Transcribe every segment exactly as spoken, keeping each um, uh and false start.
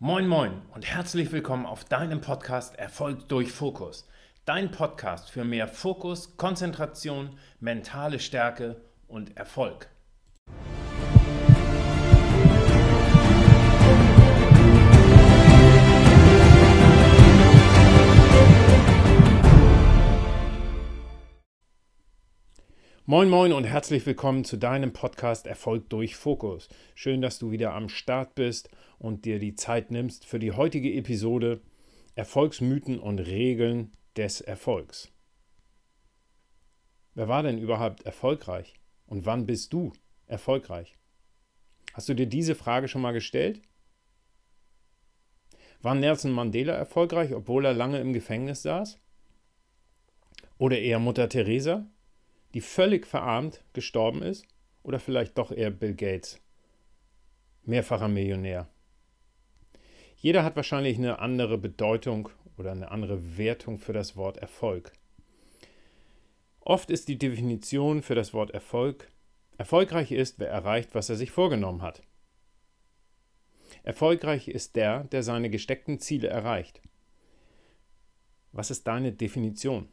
Moin Moin und herzlich willkommen auf deinem Podcast Erfolg durch Fokus. Dein Podcast für mehr Fokus, Konzentration, mentale Stärke und Erfolg. Moin Moin und herzlich willkommen zu deinem Podcast Erfolg durch Fokus. Schön, dass du wieder am Start bist und dir die Zeit nimmst für die heutige Episode Erfolgsmythen und Regeln des Erfolgs. Wer war denn überhaupt erfolgreich? Und wann bist du erfolgreich? Hast du dir diese Frage schon mal gestellt? War Nelson Mandela erfolgreich, obwohl er lange im Gefängnis saß? Oder eher Mutter Teresa, die völlig verarmt gestorben ist? Oder vielleicht doch eher Bill Gates, mehrfacher Millionär? Jeder hat wahrscheinlich eine andere Bedeutung oder eine andere Wertung für das Wort Erfolg. Oft ist die Definition für das Wort Erfolg: erfolgreich ist, wer erreicht, was er sich vorgenommen hat. Erfolgreich ist der, der seine gesteckten Ziele erreicht. Was ist deine Definition?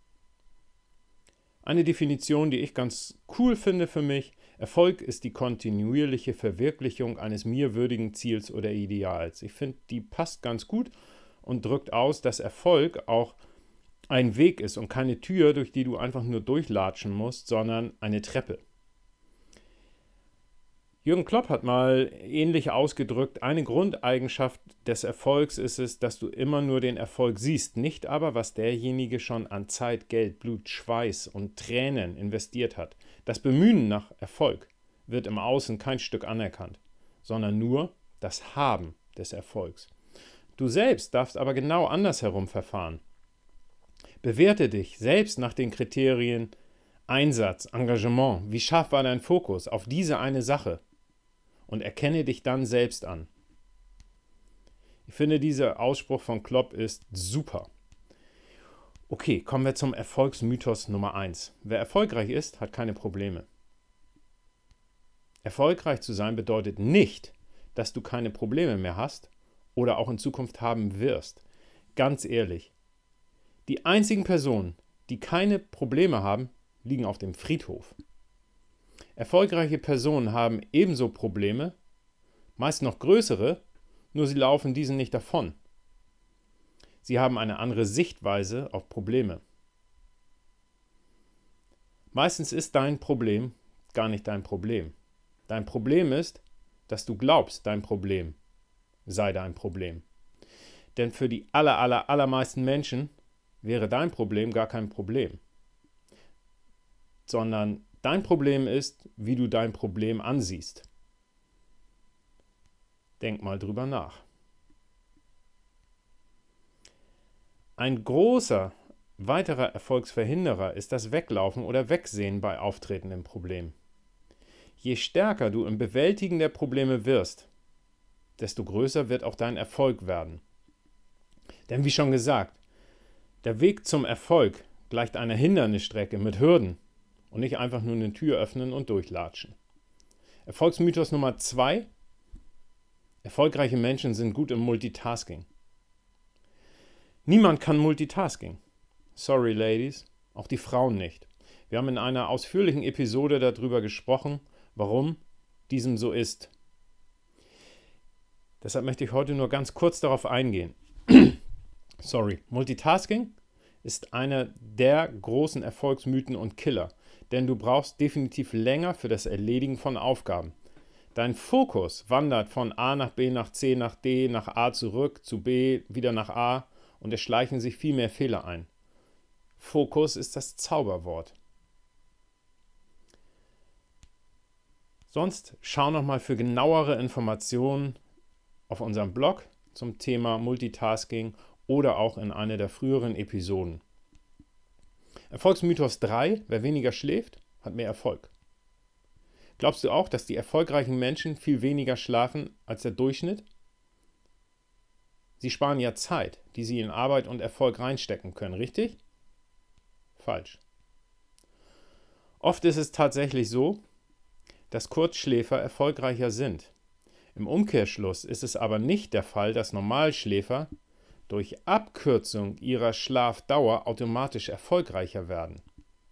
Eine Definition, die ich ganz cool finde für mich: Erfolg ist die kontinuierliche Verwirklichung eines mir würdigen Ziels oder Ideals. Ich finde, die passt ganz gut und drückt aus, dass Erfolg auch ein Weg ist und keine Tür, durch die du einfach nur durchlatschen musst, sondern eine Treppe. Jürgen Klopp hat mal ähnlich ausgedrückt: Eine Grundeigenschaft des Erfolgs ist es, dass du immer nur den Erfolg siehst, nicht aber, was derjenige schon an Zeit, Geld, Blut, Schweiß und Tränen investiert hat. Das Bemühen nach Erfolg wird im Außen kein Stück anerkannt, sondern nur das Haben des Erfolgs. Du selbst darfst aber genau andersherum verfahren. Bewerte dich selbst nach den Kriterien Einsatz, Engagement, wie scharf war dein Fokus auf diese eine Sache, und erkenne dich dann selbst an. Ich finde, dieser Ausspruch von Klopp ist super. Okay, kommen wir zum Erfolgsmythos Nummer eins. Wer erfolgreich ist, hat keine Probleme. Erfolgreich zu sein bedeutet nicht, dass du keine Probleme mehr hast oder auch in Zukunft haben wirst. Ganz ehrlich, die einzigen Personen, die keine Probleme haben, liegen auf dem Friedhof. Erfolgreiche Personen haben ebenso Probleme, meist noch größere, nur sie laufen diesen nicht davon. Sie haben eine andere Sichtweise auf Probleme. Meistens ist dein Problem gar nicht dein Problem. Dein Problem ist, dass du glaubst, dein Problem sei dein Problem. Denn für die aller, aller, allermeisten Menschen wäre dein Problem gar kein Problem, sondern dein Problem ist, wie du dein Problem ansiehst. Denk mal drüber nach. Ein großer weiterer Erfolgsverhinderer ist das Weglaufen oder Wegsehen bei auftretendem Problem. Je stärker du im Bewältigen der Probleme wirst, desto größer wird auch dein Erfolg werden. Denn wie schon gesagt, der Weg zum Erfolg gleicht einer Hindernisstrecke mit Hürden und nicht einfach nur eine Tür öffnen und durchlatschen. Erfolgsmythos Nummer zwei: Erfolgreiche Menschen sind gut im Multitasking. Niemand kann Multitasking. Sorry, Ladies, auch die Frauen nicht. Wir haben in einer ausführlichen Episode darüber gesprochen, warum diesem so ist. Deshalb möchte ich heute nur ganz kurz darauf eingehen. Sorry, Multitasking ist einer der großen Erfolgsmythen und Killer, denn du brauchst definitiv länger für das Erledigen von Aufgaben. Dein Fokus wandert von A nach B, nach C, nach D, nach A zurück, zu B, wieder nach A, und es schleichen sich viel mehr Fehler ein. Fokus ist das Zauberwort. Sonst schau nochmal für genauere Informationen auf unserem Blog zum Thema Multitasking oder auch in einer der früheren Episoden. Erfolgsmythos drei: Wer weniger schläft, hat mehr Erfolg. Glaubst du auch, dass die erfolgreichen Menschen viel weniger schlafen als der Durchschnitt? Sie sparen ja Zeit, die sie in Arbeit und Erfolg reinstecken können, richtig? Falsch. Oft ist es tatsächlich so, dass Kurzschläfer erfolgreicher sind. Im Umkehrschluss ist es aber nicht der Fall, dass Normalschläfer durch Abkürzung ihrer Schlafdauer automatisch erfolgreicher werden.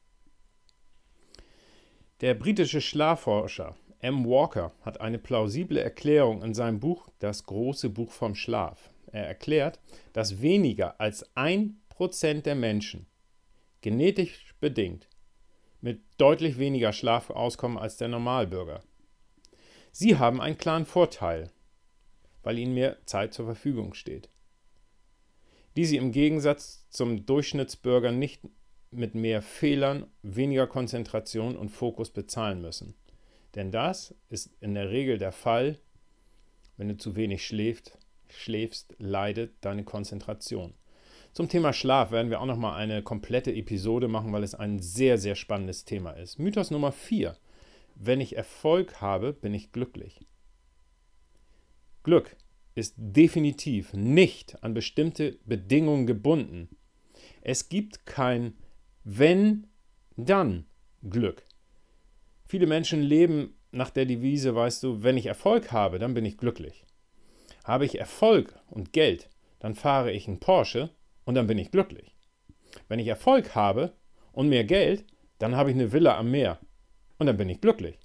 Der britische Schlafforscher M. Walker hat eine plausible Erklärung in seinem Buch Das große Buch vom Schlaf. Er erklärt, dass weniger als ein Prozent der Menschen genetisch bedingt mit deutlich weniger Schlaf auskommen als der Normalbürger. Sie haben einen klaren Vorteil, weil ihnen mehr Zeit zur Verfügung steht, die sie im Gegensatz zum Durchschnittsbürger nicht mit mehr Fehlern, weniger Konzentration und Fokus bezahlen müssen. Denn das ist in der Regel der Fall, wenn du zu wenig schläfst, schläfst, leidet deine Konzentration. Zum Thema Schlaf werden wir auch noch mal eine komplette Episode machen, weil es ein sehr, sehr spannendes Thema ist. Mythos Nummer vier. Wenn ich Erfolg habe, bin ich glücklich. Glück ist definitiv nicht an bestimmte Bedingungen gebunden. Es gibt kein wenn, dann Glück. Viele Menschen leben nach der Devise, weißt du, wenn ich Erfolg habe, dann bin ich glücklich. Habe ich Erfolg und Geld, dann fahre ich einen Porsche und dann bin ich glücklich. Wenn ich Erfolg habe und mehr Geld, dann habe ich eine Villa am Meer und dann bin ich glücklich.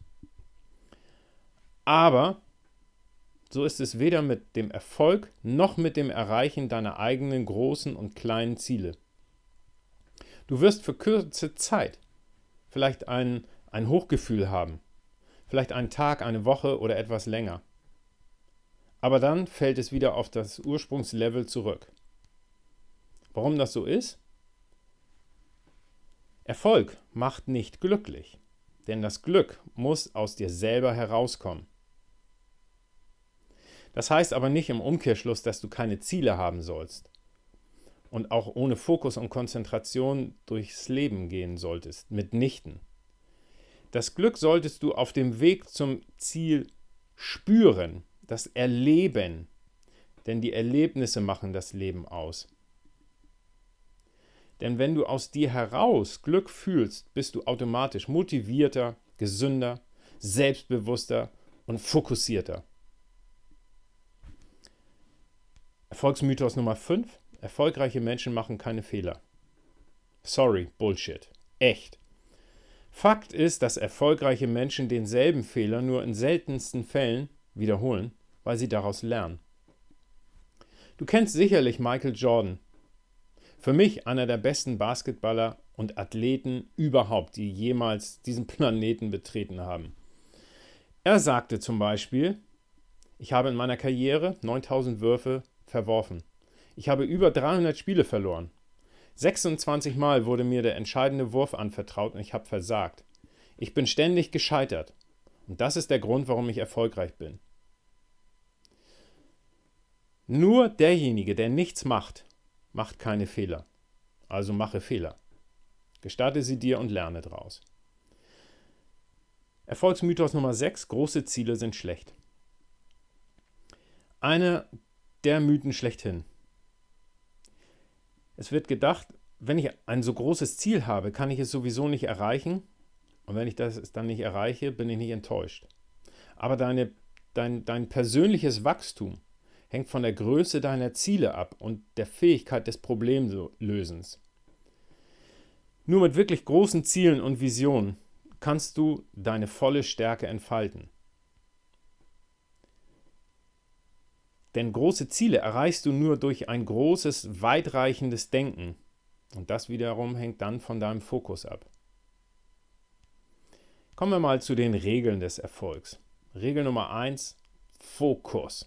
Aber so ist es weder mit dem Erfolg noch mit dem Erreichen deiner eigenen großen und kleinen Ziele. Du wirst für kurze Zeit vielleicht ein, ein Hochgefühl haben, vielleicht einen Tag, eine Woche oder etwas länger. Aber dann fällt es wieder auf das Ursprungslevel zurück. Warum das so ist? Erfolg macht nicht glücklich, denn das Glück muss aus dir selber herauskommen. Das heißt aber nicht im Umkehrschluss, dass du keine Ziele haben sollst und auch ohne Fokus und Konzentration durchs Leben gehen solltest, mitnichten. Das Glück solltest du auf dem Weg zum Ziel spüren, das Erleben, denn die Erlebnisse machen das Leben aus. Denn wenn du aus dir heraus Glück fühlst, bist du automatisch motivierter, gesünder, selbstbewusster und fokussierter. Erfolgsmythos Nummer fünf. Erfolgreiche Menschen machen keine Fehler. Sorry, Bullshit. Echt. Fakt ist, dass erfolgreiche Menschen denselben Fehler nur in seltensten Fällen wiederholen, weil sie daraus lernen. Du kennst sicherlich Michael Jordan. Für mich einer der besten Basketballer und Athleten überhaupt, die jemals diesen Planeten betreten haben. Er sagte zum Beispiel, ich habe in meiner Karriere neuntausend Würfe verworfen. Ich habe über dreihundert Spiele verloren. sechsundzwanzig Mal wurde mir der entscheidende Wurf anvertraut und ich habe versagt. Ich bin ständig gescheitert. Und das ist der Grund, warum ich erfolgreich bin. Nur derjenige, der nichts macht, macht keine Fehler. Also mache Fehler. Gestatte sie dir und lerne daraus. Erfolgsmythos Nummer sechs. Große Ziele sind schlecht. Einer der Mythen schlechthin. Es wird gedacht, wenn ich ein so großes Ziel habe, kann ich es sowieso nicht erreichen. Und wenn ich das dann nicht erreiche, bin ich nicht enttäuscht. Aber deine, dein, dein persönliches Wachstum hängt von der Größe deiner Ziele ab und der Fähigkeit des Problemlösens. Nur mit wirklich großen Zielen und Visionen kannst du deine volle Stärke entfalten. Denn große Ziele erreichst du nur durch ein großes, weitreichendes Denken. Und das wiederum hängt dann von deinem Fokus ab. Kommen wir mal zu den Regeln des Erfolgs. Regel Nummer eins, Fokus.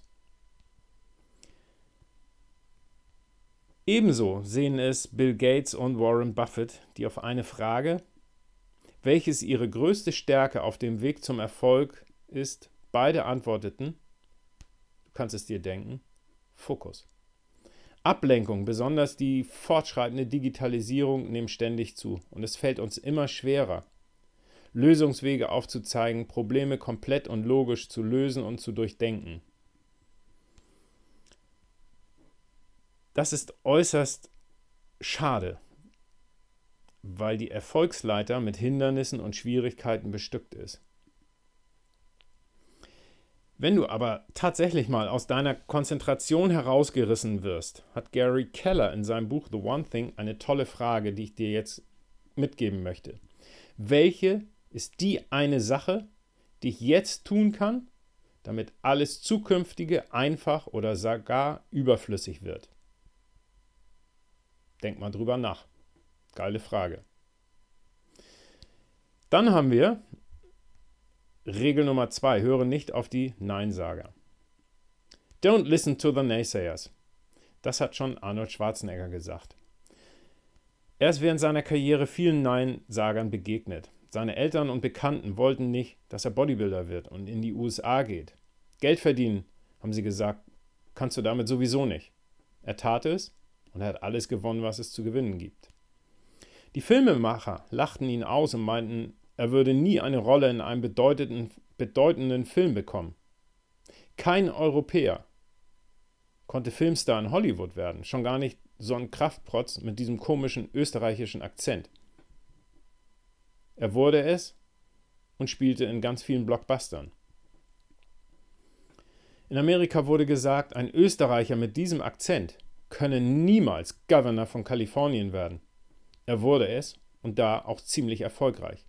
Ebenso sehen es Bill Gates und Warren Buffett, die auf eine Frage, welches ihre größte Stärke auf dem Weg zum Erfolg ist, beide antworteten, du kannst es dir denken, Fokus. Ablenkung, besonders die fortschreitende Digitalisierung, nimmt ständig zu und es fällt uns immer schwerer, Lösungswege aufzuzeigen, Probleme komplett und logisch zu lösen und zu durchdenken. Das ist äußerst schade, weil die Erfolgsleiter mit Hindernissen und Schwierigkeiten bestückt ist. Wenn du aber tatsächlich mal aus deiner Konzentration herausgerissen wirst, hat Gary Keller in seinem Buch The One Thing eine tolle Frage, die ich dir jetzt mitgeben möchte. Welche ist die eine Sache, die ich jetzt tun kann, damit alles Zukünftige einfach oder sogar überflüssig wird? Denk mal drüber nach. Geile Frage. Dann haben wir Regel Nummer zwei. Höre nicht auf die Neinsager. Don't listen to the naysayers. Das hat schon Arnold Schwarzenegger gesagt. Er ist während seiner Karriere vielen Neinsagern begegnet. Seine Eltern und Bekannten wollten nicht, dass er Bodybuilder wird und in die U S A geht. Geld verdienen, haben sie gesagt, kannst du damit sowieso nicht. Er tat es und er hat alles gewonnen, was es zu gewinnen gibt. Die Filmemacher lachten ihn aus und meinten, er würde nie eine Rolle in einem bedeutenden, bedeutenden Film bekommen. Kein Europäer konnte Filmstar in Hollywood werden, schon gar nicht so ein Kraftprotz mit diesem komischen österreichischen Akzent. Er wurde es und spielte in ganz vielen Blockbustern. In Amerika wurde gesagt, ein Österreicher mit diesem Akzent könne niemals Governor von Kalifornien werden. Er wurde es und da auch ziemlich erfolgreich.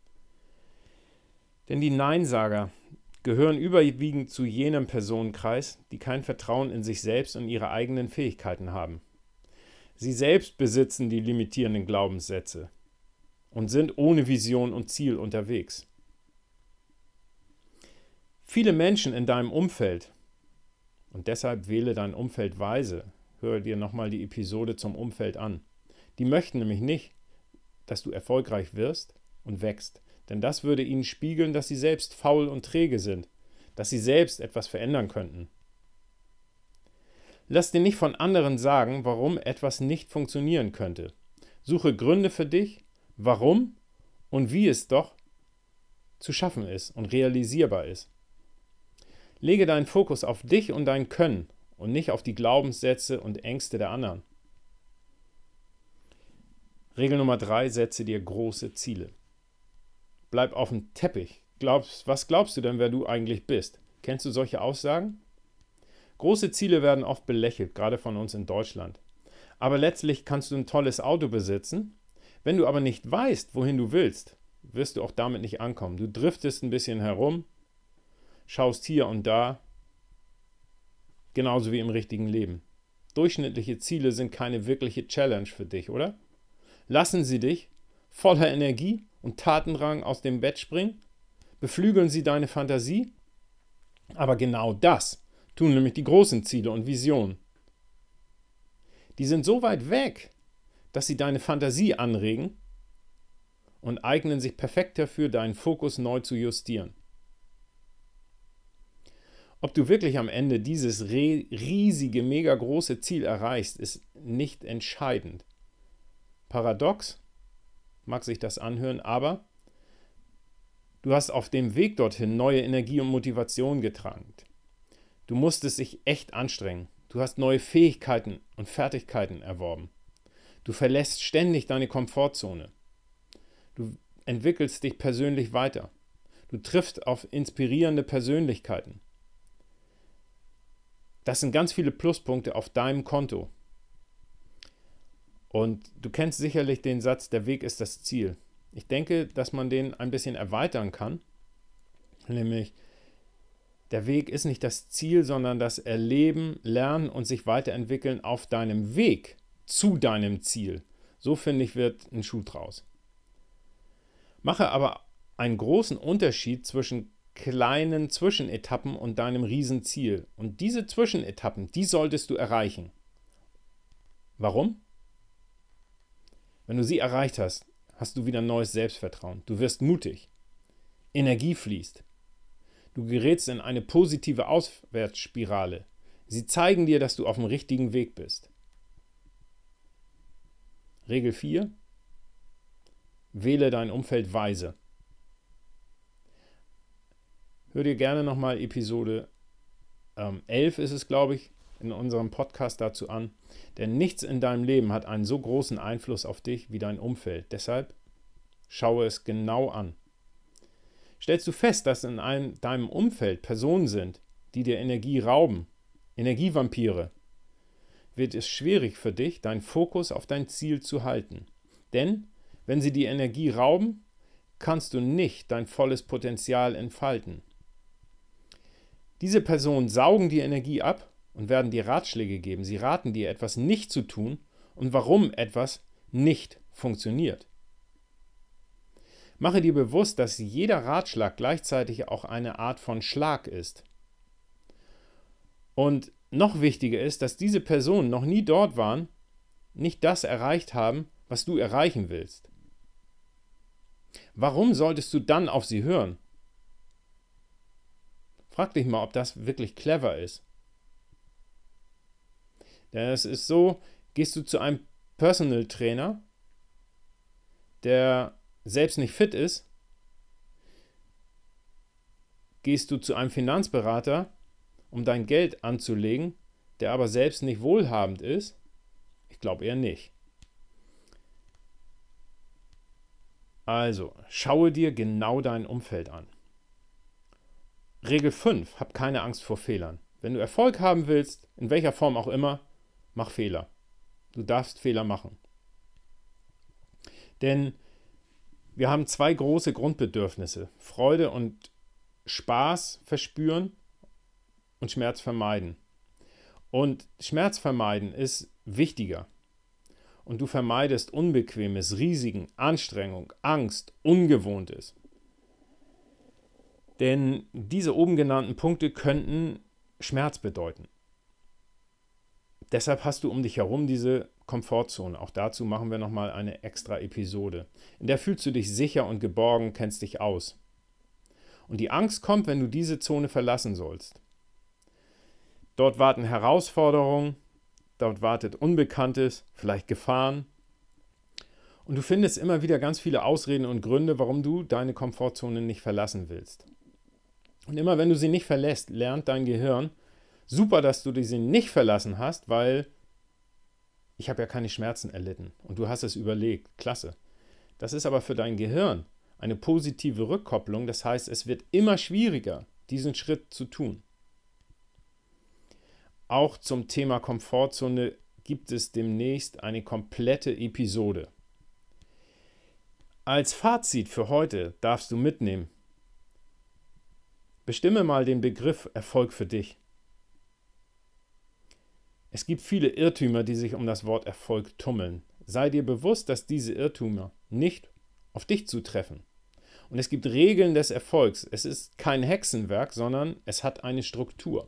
Denn die Neinsager gehören überwiegend zu jenem Personenkreis, die kein Vertrauen in sich selbst und ihre eigenen Fähigkeiten haben. Sie selbst besitzen die limitierenden Glaubenssätze und sind ohne Vision und Ziel unterwegs. Viele Menschen in deinem Umfeld, und deshalb wähle dein Umfeld weise, höre dir nochmal die Episode zum Umfeld an, die möchten nämlich nicht, dass du erfolgreich wirst und wächst, denn das würde ihnen spiegeln, dass sie selbst faul und träge sind, dass sie selbst etwas verändern könnten. Lass dir nicht von anderen sagen, warum etwas nicht funktionieren könnte. Suche Gründe für dich, warum und wie es doch zu schaffen ist und realisierbar ist. Lege deinen Fokus auf dich und dein Können und nicht auf die Glaubenssätze und Ängste der anderen. Regel Nummer drei, setze dir große Ziele. Bleib auf dem Teppich. Glaubst, was glaubst du denn, wer du eigentlich bist? Kennst du solche Aussagen? Große Ziele werden oft belächelt, gerade von uns in Deutschland. Aber letztlich kannst du ein tolles Auto besitzen. Wenn du aber nicht weißt, wohin du willst, wirst du auch damit nicht ankommen. Du driftest ein bisschen herum, schaust hier und da, genauso wie im richtigen Leben. Durchschnittliche Ziele sind keine wirkliche Challenge für dich, oder? Lassen sie dich voller Energie und Tatendrang aus dem Bett springen? Beflügeln sie deine Fantasie? Aber genau das tun nämlich die großen Ziele und Visionen. Die sind so weit weg, dass sie deine Fantasie anregen und eignen sich perfekt dafür, deinen Fokus neu zu justieren. Ob du wirklich am Ende dieses riesige, mega große Ziel erreichst, ist nicht entscheidend. Paradox mag sich das anhören, aber du hast auf dem Weg dorthin neue Energie und Motivation getragen. Du musstest dich echt anstrengen. Du hast neue Fähigkeiten und Fertigkeiten erworben. Du verlässt ständig deine Komfortzone. Du entwickelst dich persönlich weiter. Du triffst auf inspirierende Persönlichkeiten. Das sind ganz viele Pluspunkte auf deinem Konto. Und du kennst sicherlich den Satz, der Weg ist das Ziel. Ich denke, dass man den ein bisschen erweitern kann. Nämlich, der Weg ist nicht das Ziel, sondern das Erleben, Lernen und sich weiterentwickeln auf deinem Weg zu deinem Ziel. So, finde ich, wird ein Schuh draus. Mache aber einen großen Unterschied zwischen kleinen Zwischenetappen und deinem Riesenziel. Und diese Zwischenetappen, die solltest du erreichen. Warum? Wenn du sie erreicht hast, hast du wieder neues Selbstvertrauen. Du wirst mutig. Energie fließt. Du gerätst in eine positive Aufwärtsspirale. Sie zeigen dir, dass du auf dem richtigen Weg bist. Regel vier. Wähle dein Umfeld weise. Hör dir gerne nochmal Episode ähm, elf ist es, glaube ich, in unserem Podcast dazu an. Denn nichts in deinem Leben hat einen so großen Einfluss auf dich wie dein Umfeld. Deshalb schaue es genau an. Stellst du fest, dass in einem, deinem Umfeld Personen sind, die dir Energie rauben, Energievampire, wird es schwierig für dich, deinen Fokus auf dein Ziel zu halten. Denn wenn sie die Energie rauben, kannst du nicht dein volles Potenzial entfalten. Diese Personen saugen die Energie ab und werden dir Ratschläge geben. Sie raten dir, etwas nicht zu tun und warum etwas nicht funktioniert. Mache dir bewusst, dass jeder Ratschlag gleichzeitig auch eine Art von Schlag ist. Und noch wichtiger ist, dass diese Personen noch nie dort waren, nicht das erreicht haben, was du erreichen willst. Warum solltest du dann auf sie hören? Frag dich mal, ob das wirklich clever ist. Denn es ist so, gehst du zu einem Personal Trainer, der selbst nicht fit ist, gehst du zu einem Finanzberater, um dein Geld anzulegen, der aber selbst nicht wohlhabend ist? Ich glaube eher nicht. Also, schaue dir genau dein Umfeld an. Regel fünf. Hab keine Angst vor Fehlern. Wenn du Erfolg haben willst, in welcher Form auch immer, mach Fehler. Du darfst Fehler machen. Denn wir haben zwei große Grundbedürfnisse. Freude und Spaß verspüren und Schmerz vermeiden. Und Schmerz vermeiden ist wichtiger. Und du vermeidest Unbequemes, Risiken, Anstrengung, Angst, Ungewohntes. Denn diese oben genannten Punkte könnten Schmerz bedeuten. Deshalb hast du um dich herum diese Komfortzone. Auch dazu machen wir nochmal eine extra Episode. In der fühlst du dich sicher und geborgen, kennst dich aus. Und die Angst kommt, wenn du diese Zone verlassen sollst. Dort warten Herausforderungen, dort wartet Unbekanntes, vielleicht Gefahren. Und du findest immer wieder ganz viele Ausreden und Gründe, warum du deine Komfortzone nicht verlassen willst. Und immer wenn du sie nicht verlässt, lernt dein Gehirn, super, dass du sie nicht verlassen hast, weil ich habe ja keine Schmerzen erlitten und du hast es überlegt. Klasse. Das ist aber für dein Gehirn eine positive Rückkopplung. Das heißt, es wird immer schwieriger, diesen Schritt zu tun. Auch zum Thema Komfortzone gibt es demnächst eine komplette Episode. Als Fazit für heute darfst du mitnehmen: Bestimme mal den Begriff Erfolg für dich. Es gibt viele Irrtümer, die sich um das Wort Erfolg tummeln. Sei dir bewusst, dass diese Irrtümer nicht auf dich zutreffen. Und es gibt Regeln des Erfolgs. Es ist kein Hexenwerk, sondern es hat eine Struktur.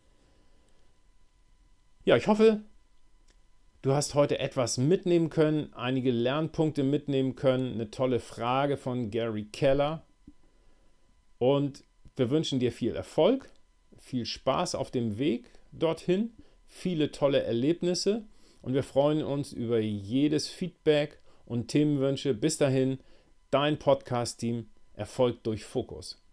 Ja, ich hoffe, du hast heute etwas mitnehmen können, einige Lernpunkte mitnehmen können, eine tolle Frage von Gary Keller. Und wir wünschen dir viel Erfolg, viel Spaß auf dem Weg dorthin, viele tolle Erlebnisse und wir freuen uns über jedes Feedback und Themenwünsche. Bis dahin, dein Podcast-Team Erfolg durch Fokus.